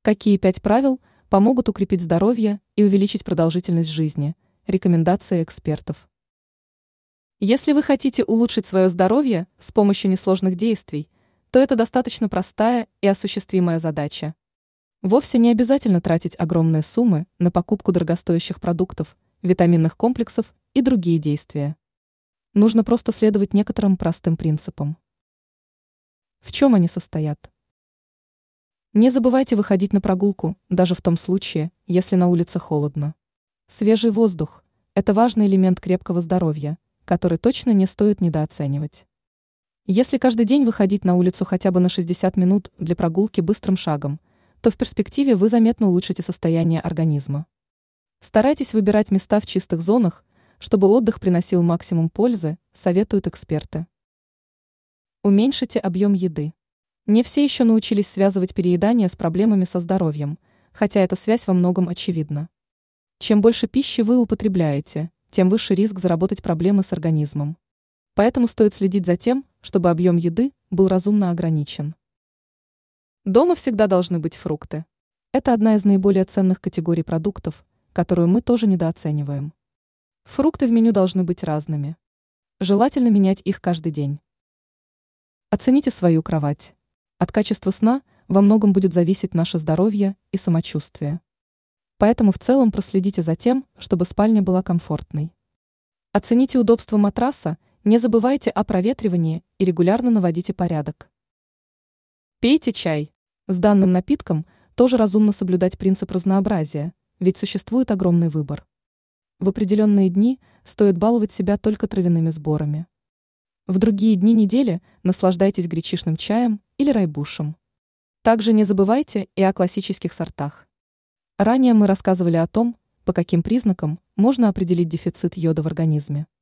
Какие 5 правил помогут укрепить здоровье и увеличить продолжительность жизни? Рекомендации экспертов. Если вы хотите улучшить свое здоровье с помощью несложных действий, то это достаточно простая и осуществимая задача. Вовсе не обязательно тратить огромные суммы на покупку дорогостоящих продуктов, витаминных комплексов и другие действия. Нужно просто следовать некоторым простым принципам. В чем они состоят? Не забывайте выходить на прогулку, даже в том случае, если на улице холодно. Свежий воздух – это важный элемент крепкого здоровья, который точно не стоит недооценивать. Если каждый день выходить на улицу хотя бы на 60 минут для прогулки быстрым шагом, то в перспективе вы заметно улучшите состояние организма. Старайтесь выбирать места в чистых зонах, чтобы отдых приносил максимум пользы, советуют эксперты. Уменьшите объем еды. Не все еще научились связывать переедание с проблемами со здоровьем, хотя эта связь во многом очевидна. Чем больше пищи вы употребляете, тем выше риск заработать проблемы с организмом. Поэтому стоит следить за тем, чтобы объем еды был разумно ограничен. Дома всегда должны быть фрукты. Это одна из наиболее ценных категорий продуктов, которую мы тоже недооцениваем. Фрукты в меню должны быть разными. Желательно менять их каждый день. Оцените свою кровать. От качества сна во многом будет зависеть наше здоровье и самочувствие. Поэтому в целом проследите за тем, чтобы спальня была комфортной. Оцените удобство матраса, не забывайте о проветривании и регулярно наводите порядок. Пейте чай. С данным напитком тоже разумно соблюдать принцип разнообразия, ведь существует огромный выбор. В определенные дни стоит баловать себя только травяными сборами. В другие дни недели наслаждайтесь гречишным чаем или райбушем. Также не забывайте и о классических сортах. Ранее мы рассказывали о том, по каким признакам можно определить дефицит йода в организме.